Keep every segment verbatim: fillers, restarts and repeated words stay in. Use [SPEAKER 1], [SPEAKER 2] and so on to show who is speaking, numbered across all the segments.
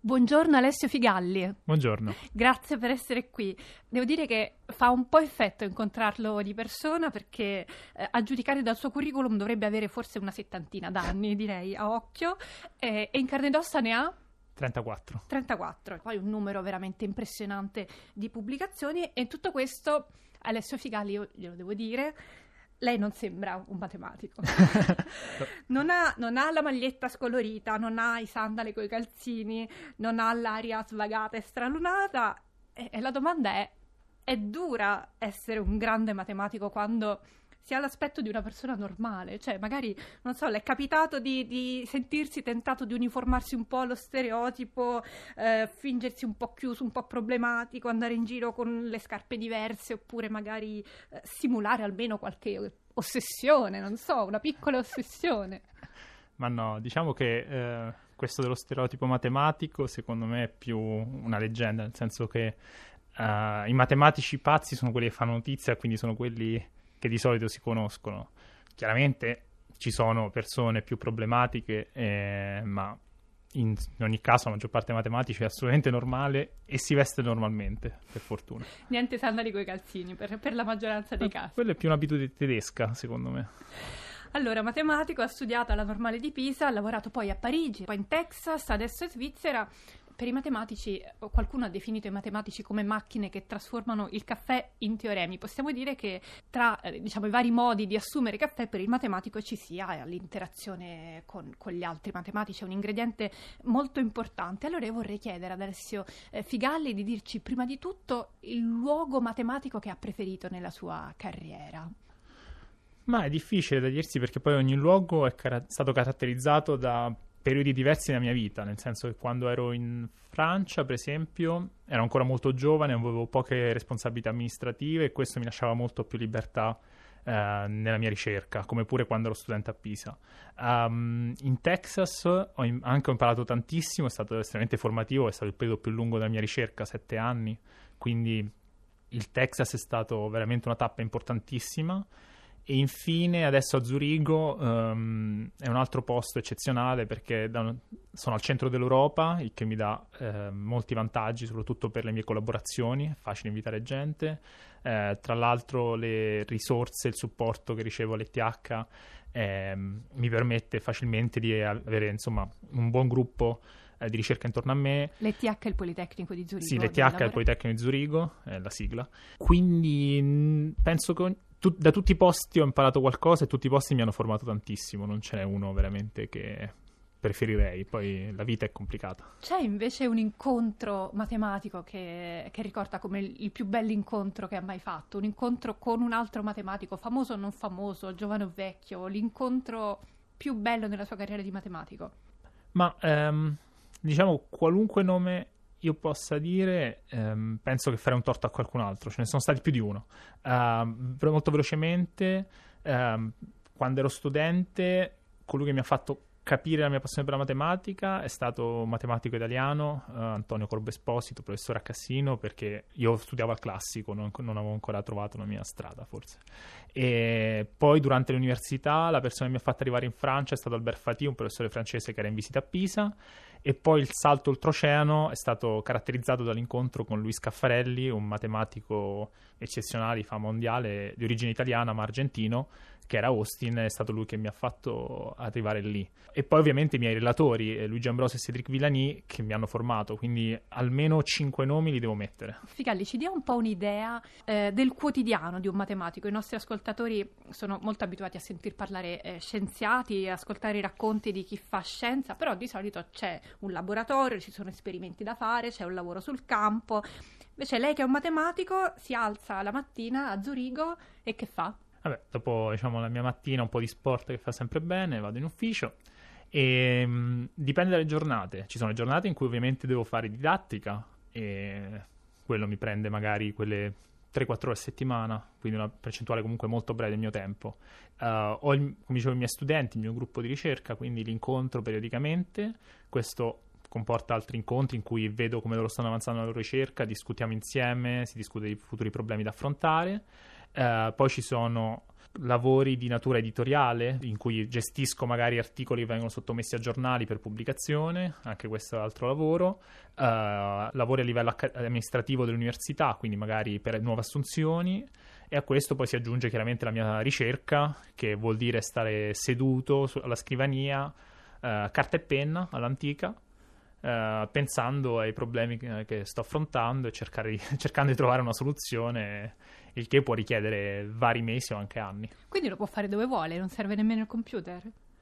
[SPEAKER 1] Buongiorno Alessio Figalli.
[SPEAKER 2] Buongiorno.
[SPEAKER 1] Grazie per essere qui. Devo dire che fa un po' effetto incontrarlo di persona perché eh, a giudicare dal suo curriculum dovrebbe avere forse una settantina d'anni, direi, a occhio, eh, e in carne ed ossa ne ha?
[SPEAKER 2] trentaquattro.
[SPEAKER 1] trentaquattro, poi un numero veramente impressionante di pubblicazioni, e in tutto questo Alessio Figalli, io glielo devo dire, lei non sembra un matematico. non, ha, non ha la maglietta scolorita, non ha i sandali coi calzini, non ha l'aria svagata e stralunata. E, e la domanda è: è dura essere un grande matematico quando si ha l'aspetto di una persona normale? Cioè, magari, non so, le è capitato di, di sentirsi tentato di uniformarsi un po' allo stereotipo, eh, fingersi un po' chiuso, un po' problematico, andare in giro con le scarpe diverse, oppure magari eh, simulare almeno qualche ossessione, non so, una piccola ossessione.
[SPEAKER 2] Ma no, diciamo che eh, questo dello stereotipo matematico secondo me è più una leggenda, nel senso che eh, i matematici pazzi sono quelli che fanno notizia, quindi sono quelli che di solito si conoscono. Chiaramente ci sono persone più problematiche, eh, ma in, in ogni caso la maggior parte dei matematici è assolutamente normale e si veste normalmente, per fortuna.
[SPEAKER 1] Niente sandali coi calzini, per, per la maggioranza dei
[SPEAKER 2] Ma
[SPEAKER 1] casi.
[SPEAKER 2] Quella è più un'abitudine tedesca, secondo me.
[SPEAKER 1] Allora, matematico, ha studiato alla Normale di Pisa, ha lavorato poi a Parigi, poi in Texas, adesso in Svizzera. Per i matematici, qualcuno ha definito i matematici come macchine che trasformano il caffè in teoremi. Possiamo dire che tra eh, diciamo, i vari modi di assumere caffè, per il matematico ci sia l'interazione con, con gli altri matematici, è un ingrediente molto importante. Allora io vorrei chiedere ad Alessio eh, Figalli di dirci prima di tutto il luogo matematico che ha preferito nella sua carriera.
[SPEAKER 2] Ma è difficile da dirsi perché poi ogni luogo è car- stato caratterizzato da periodi diversi nella mia vita, nel senso che quando ero in Francia, per esempio, ero ancora molto giovane, avevo poche responsabilità amministrative e questo mi lasciava molto più libertà eh, nella mia ricerca, come pure quando ero studente a Pisa. Um, in Texas ho im- anche ho imparato tantissimo, è stato estremamente formativo, è stato il periodo più lungo della mia ricerca, sette anni, quindi il Texas è stato veramente una tappa importantissima. E infine adesso a Zurigo um, è un altro posto eccezionale perché da un, sono al centro dell'Europa, il che mi dà eh, molti vantaggi, soprattutto per le mie collaborazioni, è facile invitare gente. Eh, tra l'altro le risorse, il supporto che ricevo all'E T H eh, mi permette facilmente di avere insomma un buon gruppo eh, di ricerca intorno a me.
[SPEAKER 1] L'E T H è il Politecnico di Zurigo?
[SPEAKER 2] Sì, l'E T H è il Politecnico di Zurigo, è la sigla. Quindi mh, penso che Tu, da tutti i posti ho imparato qualcosa e tutti i posti mi hanno formato tantissimo, non ce n'è uno veramente che preferirei, poi la vita è complicata.
[SPEAKER 1] C'è invece un incontro matematico che, che ricorda come il, il più bell'incontro che ha mai fatto, un incontro con un altro matematico, famoso o non famoso, giovane o vecchio, l'incontro più bello nella sua carriera di matematico? Ma
[SPEAKER 2] um, diciamo qualunque nome io possa dire, ehm, penso che farei un torto a qualcun altro, ce ne sono stati più di uno. Uh, molto velocemente, um, quando ero studente, colui che mi ha fatto capire la mia passione per la matematica è stato un matematico italiano, uh, Antonio Corbo Esposito, professore a Cassino, perché io studiavo al classico, non, non avevo ancora trovato la mia strada forse. E poi durante l'università la persona che mi ha fatto arrivare in Francia è stato Albert Faty, un professore francese che era in visita a Pisa, e poi il salto oltreoceano è stato caratterizzato dall'incontro con Luis Caffarelli, un matematico eccezionale di fama mondiale di origine italiana ma argentino, che era Austin, è stato lui che mi ha fatto arrivare lì. E poi ovviamente i miei relatori, eh, Luigi Ambrosio e Cédric Villani, che mi hanno formato, quindi almeno cinque nomi li devo mettere.
[SPEAKER 1] Figalli, ci dia un po' un'idea eh, del quotidiano di un matematico. I nostri ascoltatori sono molto abituati a sentir parlare eh, scienziati, ascoltare i racconti di chi fa scienza, però di solito c'è un laboratorio, ci sono esperimenti da fare, c'è un lavoro sul campo. Invece lei che è un matematico si alza la mattina a Zurigo e che fa?
[SPEAKER 2] Vabbè, dopo diciamo la mia mattina un po' di sport che fa sempre bene, vado in ufficio e mh, dipende dalle giornate. Ci sono giornate in cui ovviamente devo fare didattica e quello mi prende magari quelle tre quattro ore a settimana, quindi una percentuale comunque molto breve del mio tempo. Uh, ho, il, come dicevo, i miei studenti, il mio gruppo di ricerca, quindi li incontro periodicamente. Questo comporta altri incontri in cui vedo come loro stanno avanzando la loro ricerca, discutiamo insieme, si discute di futuri problemi da affrontare. Uh, poi ci sono lavori di natura editoriale in cui gestisco magari articoli che vengono sottomessi a giornali per pubblicazione, anche questo è altro lavoro. Uh, lavori a livello acc- amministrativo dell'università, quindi magari per nuove assunzioni, e a questo poi si aggiunge chiaramente la mia ricerca, che vuol dire stare seduto su- alla scrivania, uh, carta e penna all'antica, uh, pensando ai problemi che, che sto affrontando e cercare di, cercando di trovare una soluzione, il che può richiedere vari mesi o anche anni.
[SPEAKER 1] Quindi lo può fare dove vuole, non serve nemmeno il computer?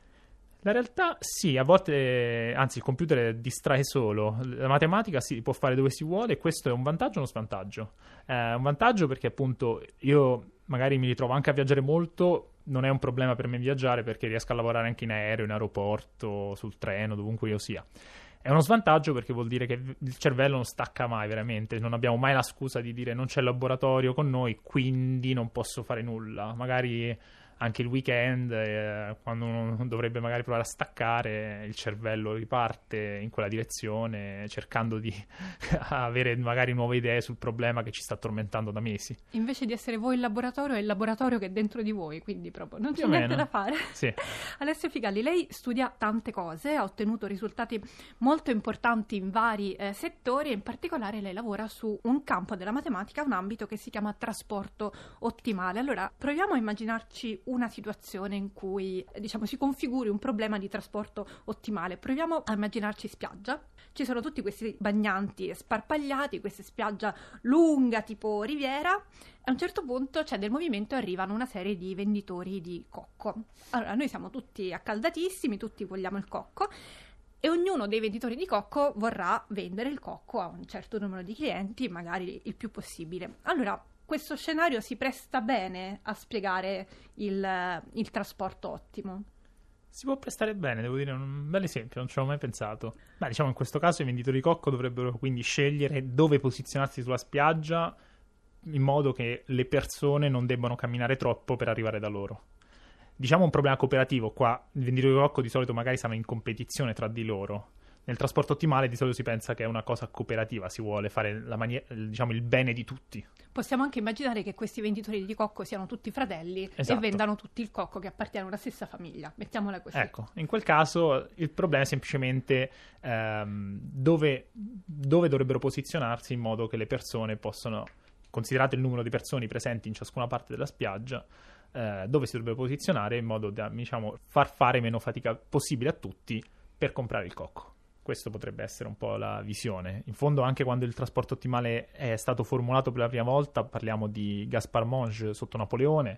[SPEAKER 2] La realtà sì, a volte, anzi il computer distrae solo, la matematica si può fare dove si vuole, e questo è un vantaggio o uno svantaggio? È un vantaggio perché appunto io magari mi ritrovo anche a viaggiare molto, non è un problema per me viaggiare perché riesco a lavorare anche in aereo, in aeroporto, sul treno, dovunque io sia. È uno svantaggio perché vuol dire che il cervello non stacca mai veramente, non abbiamo mai la scusa di dire non c'è il laboratorio con noi, quindi non posso fare nulla. Magari anche il weekend, eh, quando uno dovrebbe magari provare a staccare, il cervello riparte in quella direzione, cercando di avere magari nuove idee sul problema che ci sta tormentando da mesi.
[SPEAKER 1] Invece di essere voi il laboratorio, è il laboratorio che è dentro di voi, quindi proprio non c'è
[SPEAKER 2] Più o
[SPEAKER 1] niente
[SPEAKER 2] meno.
[SPEAKER 1] da fare.
[SPEAKER 2] Sì.
[SPEAKER 1] Alessio Figalli, lei studia tante cose, ha ottenuto risultati molto importanti in vari eh, settori, e in particolare lei lavora su un campo della matematica, un ambito che si chiama trasporto ottimale. Allora, proviamo a immaginarci una situazione in cui, diciamo, si configuri un problema di trasporto ottimale. Proviamo a immaginarci spiaggia. Ci sono tutti questi bagnanti sparpagliati, questa spiaggia lunga tipo riviera. A un certo punto c'è del movimento e arrivano una serie di venditori di cocco. Allora, noi siamo tutti accaldatissimi, tutti vogliamo il cocco, e ognuno dei venditori di cocco vorrà vendere il cocco a un certo numero di clienti, magari il più possibile. Allora, questo scenario si presta bene a spiegare il, il trasporto ottimo?
[SPEAKER 2] Si può prestare bene, devo dire, un bel esempio, non ci avevo mai pensato. Beh, diciamo in questo caso i venditori di cocco dovrebbero quindi scegliere dove posizionarsi sulla spiaggia in modo che le persone non debbano camminare troppo per arrivare da loro. Diciamo un problema cooperativo, qua i venditori di cocco di solito magari stanno in competizione tra di loro. Nel trasporto ottimale di solito si pensa che è una cosa cooperativa, si vuole fare la manie- diciamo il bene di tutti.
[SPEAKER 1] Possiamo anche immaginare che questi venditori di cocco siano tutti fratelli,
[SPEAKER 2] esatto,
[SPEAKER 1] e vendano tutti il cocco che appartiene alla stessa famiglia, mettiamola così.
[SPEAKER 2] Ecco, in quel caso il problema è semplicemente ehm, dove, dove dovrebbero posizionarsi in modo che le persone possano, considerato il numero di persone presenti in ciascuna parte della spiaggia, eh, dove si dovrebbe posizionare in modo da, diciamo, far fare meno fatica possibile a tutti per comprare il cocco. Questo potrebbe essere un po' la visione. In fondo, anche quando il trasporto ottimale è stato formulato per la prima volta, parliamo di Gaspard Monge sotto Napoleone,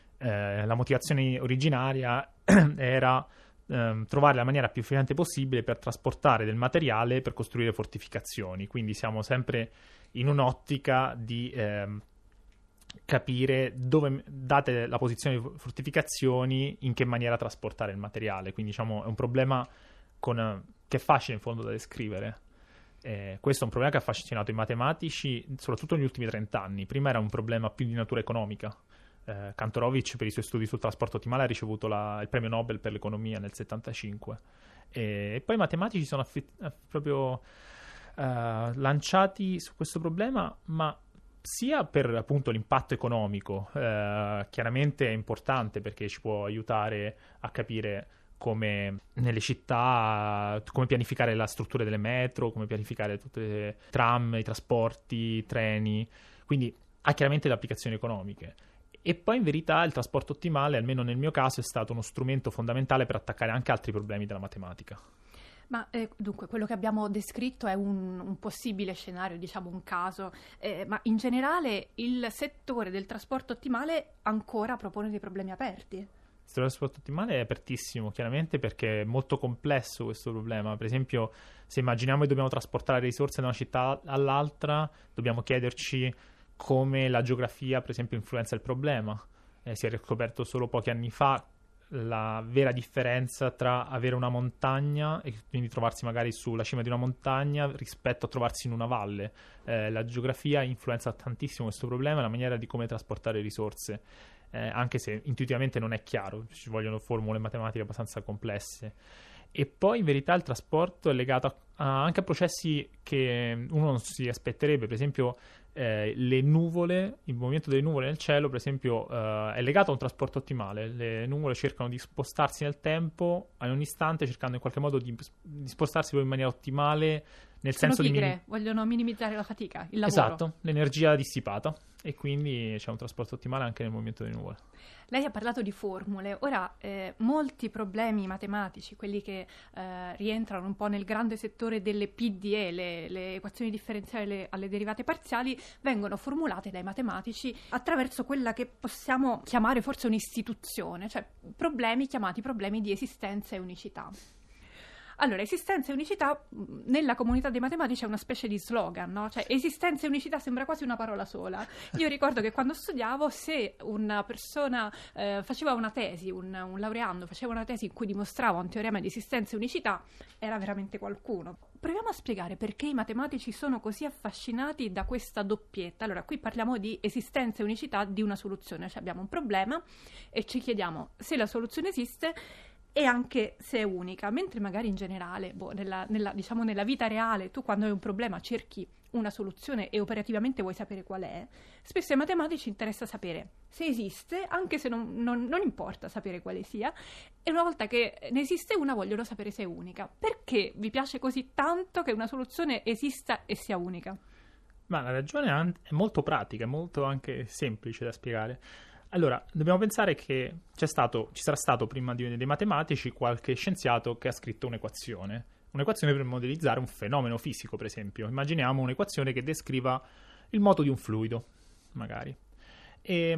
[SPEAKER 2] eh, la motivazione originaria era ehm, trovare la maniera più efficiente possibile per trasportare del materiale per costruire fortificazioni. Quindi siamo sempre in un'ottica di ehm, capire dove, date la posizione di fortificazioni, in che maniera trasportare il materiale. Quindi diciamo è un problema con... che è facile in fondo da descrivere. Eh, questo è un problema che ha affascinato i matematici soprattutto negli ultimi trent'anni. Prima era un problema più di natura economica. Eh, Kantorowicz, per i suoi studi sul trasporto ottimale, ha ricevuto la, il premio Nobel per l'economia nel settantacinque. E, e poi i matematici sono affi- proprio eh, lanciati su questo problema, ma sia per appunto l'impatto economico, eh, chiaramente è importante perché ci può aiutare a capire come nelle città, come pianificare la struttura delle metro, come pianificare tutte le tram, i trasporti, i treni, quindi ha chiaramente le applicazioni economiche. E poi in verità il trasporto ottimale, almeno nel mio caso, è stato uno strumento fondamentale per attaccare anche altri problemi della matematica.
[SPEAKER 1] Ma eh, dunque, quello che abbiamo descritto è un, un possibile scenario, diciamo un caso, eh, ma in generale il settore del trasporto ottimale ancora propone dei problemi aperti?
[SPEAKER 2] Il trasporto ottimale è apertissimo, chiaramente, perché è molto complesso questo problema. Per esempio, se immaginiamo che dobbiamo trasportare risorse da una città all'altra, dobbiamo chiederci come la geografia, per esempio, influenza il problema. Eh, si è riscoperto solo pochi anni fa la vera differenza tra avere una montagna e quindi trovarsi magari sulla cima di una montagna rispetto a trovarsi in una valle. Eh, la geografia influenza tantissimo questo problema e la maniera di come trasportare risorse. Eh, anche se intuitivamente non è chiaro, ci vogliono formule matematiche abbastanza complesse. E poi in verità il trasporto è legato a, a, anche a processi che uno non si aspetterebbe, per esempio eh, le nuvole, il movimento delle nuvole nel cielo, per esempio, eh, è legato a un trasporto ottimale. Le nuvole cercano di spostarsi nel tempo, in ogni istante, cercando in qualche modo di, di spostarsi poi in maniera ottimale, nel
[SPEAKER 1] Sono
[SPEAKER 2] senso
[SPEAKER 1] pigre,
[SPEAKER 2] di... Minim-
[SPEAKER 1] vogliono minimizzare la fatica, il lavoro.
[SPEAKER 2] Esatto, l'energia dissipata, e quindi c'è un trasporto ottimale anche nel movimento delle nuvole.
[SPEAKER 1] Lei ha parlato di formule. Ora, eh, molti problemi matematici, quelli che eh, rientrano un po' nel grande settore delle P D E, le, le equazioni differenziali alle, alle derivate parziali, vengono formulate dai matematici attraverso quella che possiamo chiamare forse un'istituzione, cioè problemi chiamati problemi di esistenza e unicità. Allora, esistenza e unicità nella comunità dei matematici è una specie di slogan, no? Cioè, esistenza e unicità sembra quasi una parola sola. Io ricordo che quando studiavo, se una persona eh, faceva una tesi, un, un laureando faceva una tesi in cui dimostrava un teorema di esistenza e unicità, era veramente qualcuno. Proviamo a spiegare perché i matematici sono così affascinati da questa doppietta. Allora, qui parliamo di esistenza e unicità di una soluzione, cioè abbiamo un problema e ci chiediamo se la soluzione esiste e anche se è unica, mentre magari in generale, boh, nella, nella, diciamo nella vita reale, tu quando hai un problema cerchi una soluzione e operativamente vuoi sapere qual è, spesso ai matematici interessa sapere se esiste, anche se non, non, non importa sapere quale sia, e una volta che ne esiste una vogliono sapere se è unica. Perché vi piace così tanto che una soluzione esista e sia unica?
[SPEAKER 2] Ma la ragione è molto pratica, è molto anche semplice da spiegare. Allora, dobbiamo pensare che c'è stato, ci sarà stato prima di, dei matematici qualche scienziato che ha scritto un'equazione, un'equazione per modellizzare un fenomeno fisico, per esempio. Immaginiamo un'equazione che descriva il moto di un fluido, magari. E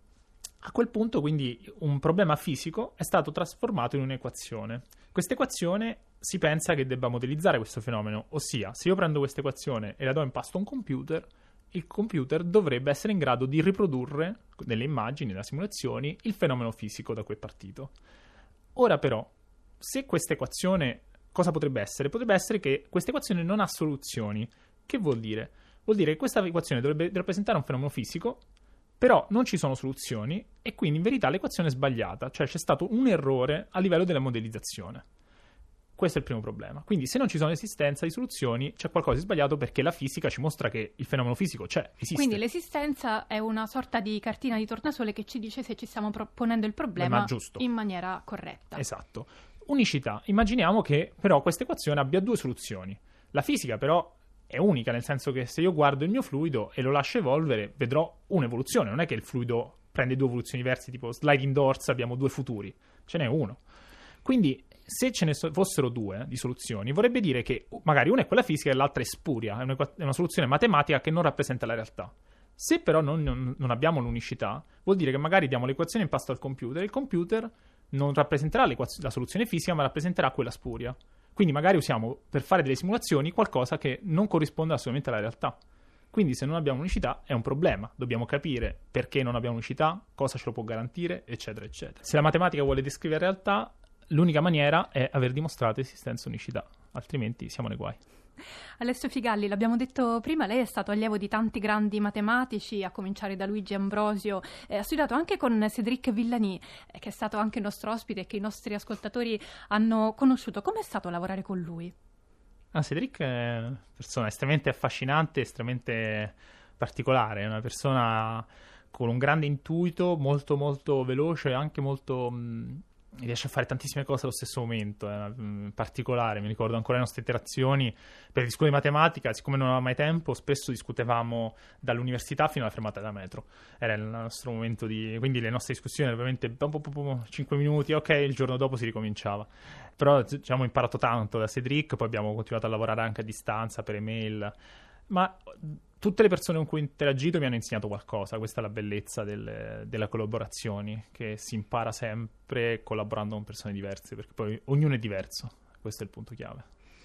[SPEAKER 2] a quel punto, quindi, un problema fisico è stato trasformato in un'equazione. Questa equazione si pensa che debba modellizzare questo fenomeno, ossia, se io prendo questa equazione e la do in pasto a un computer, il computer dovrebbe essere in grado di riprodurre nelle immagini, nelle simulazioni, il fenomeno fisico da cui è partito. Ora però, se questa equazione, cosa potrebbe essere? Potrebbe essere che questa equazione non ha soluzioni. Che vuol dire? Vuol dire che questa equazione dovrebbe rappresentare un fenomeno fisico, però non ci sono soluzioni e quindi in verità l'equazione è sbagliata, cioè c'è stato un errore a livello della modellizzazione. Questo è il primo problema. Quindi se non ci sono esistenza di soluzioni, c'è qualcosa di sbagliato perché la fisica ci mostra che il fenomeno fisico c'è, esiste.
[SPEAKER 1] Quindi l'esistenza è una sorta di cartina di tornasole che ci dice se ci stiamo ponendo il problema in maniera corretta.
[SPEAKER 2] Esatto. Unicità. Immaginiamo che però questa equazione abbia due soluzioni. La fisica però è unica, nel senso che se io guardo il mio fluido e lo lascio evolvere, vedrò un'evoluzione. Non è che il fluido prende due evoluzioni diverse, tipo sliding doors, abbiamo due futuri. Ce n'è uno. Quindi se ce ne fossero due di soluzioni, vorrebbe dire che magari una è quella fisica e l'altra è spuria, è una, è una soluzione matematica che non rappresenta la realtà. Se però non, non, non abbiamo l'unicità, vuol dire che magari diamo l'equazione in pasto al computer e il computer non rappresenterà la soluzione fisica, ma rappresenterà quella spuria. Quindi magari usiamo per fare delle simulazioni qualcosa che non corrisponde assolutamente alla realtà. Quindi se non abbiamo unicità è un problema, dobbiamo capire perché non abbiamo unicità, cosa ce lo può garantire, eccetera, eccetera. Se la matematica vuole descrivere la realtà, l'unica maniera è aver dimostrato esistenza e unicità, altrimenti siamo nei guai.
[SPEAKER 1] Alessio Figalli, l'abbiamo detto prima, lei è stato allievo di tanti grandi matematici, a cominciare da Luigi Ambrosio, eh, ha studiato anche con Cédric Villani, eh, che è stato anche il nostro ospite e che i nostri ascoltatori hanno conosciuto. Com'è stato lavorare con lui?
[SPEAKER 2] Ah, Cédric è una persona estremamente affascinante, estremamente particolare, è una persona con un grande intuito, molto molto veloce e anche molto... Mh, riesce a fare tantissime cose allo stesso momento, è una, particolare. Mi ricordo ancora le nostre interazioni per discutere di matematica, siccome non avevamo mai tempo, spesso discutevamo dall'università fino alla fermata della metro. Era il nostro momento di... quindi le nostre discussioni erano veramente cinque minuti, ok, il giorno dopo si ricominciava. Però abbiamo imparato tanto da Cédric, poi abbiamo continuato a lavorare anche a distanza per email, ma tutte le persone con cui ho interagito mi hanno insegnato qualcosa. Questa è la bellezza del, della collaborazione, che si impara sempre collaborando con persone diverse, perché poi ognuno è diverso. Questo è il punto chiave.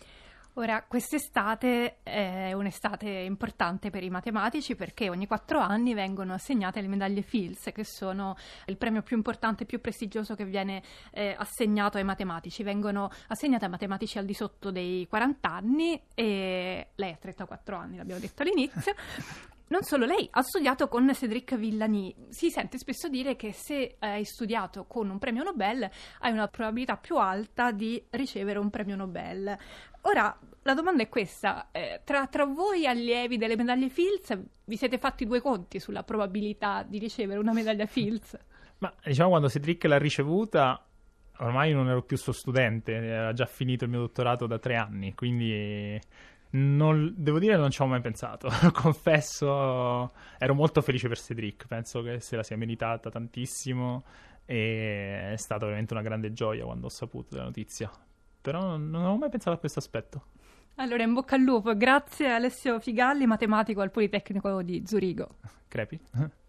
[SPEAKER 1] Ora, quest'estate è un'estate importante per i matematici perché ogni quattro anni vengono assegnate le medaglie Fields, che sono il premio più importante e più prestigioso che viene eh, assegnato ai matematici. Vengono assegnate ai matematici al di sotto dei quaranta anni e lei ha trentaquattro anni, l'abbiamo detto all'inizio. non solo, lei ha studiato con Cédric Villani. Si sente spesso dire che se hai studiato con un premio Nobel hai una probabilità più alta di ricevere un premio Nobel. Ora, la domanda è questa, eh, tra, tra voi allievi delle medaglie Fields vi siete fatti due conti sulla probabilità di ricevere una medaglia Fields?
[SPEAKER 2] Ma diciamo, quando Cédric l'ha ricevuta, ormai non ero più suo studente, era già finito il mio dottorato da tre anni, quindi non, devo dire non ci ho mai pensato. Confesso, ero molto felice per Cédric, penso che se la sia meritata tantissimo e è stata veramente una grande gioia quando ho saputo della notizia. Però non, non ho mai pensato a questo aspetto.
[SPEAKER 1] Allora, in bocca al lupo, grazie a Alessio Figalli, matematico al Politecnico di Zurigo.
[SPEAKER 2] Crepi.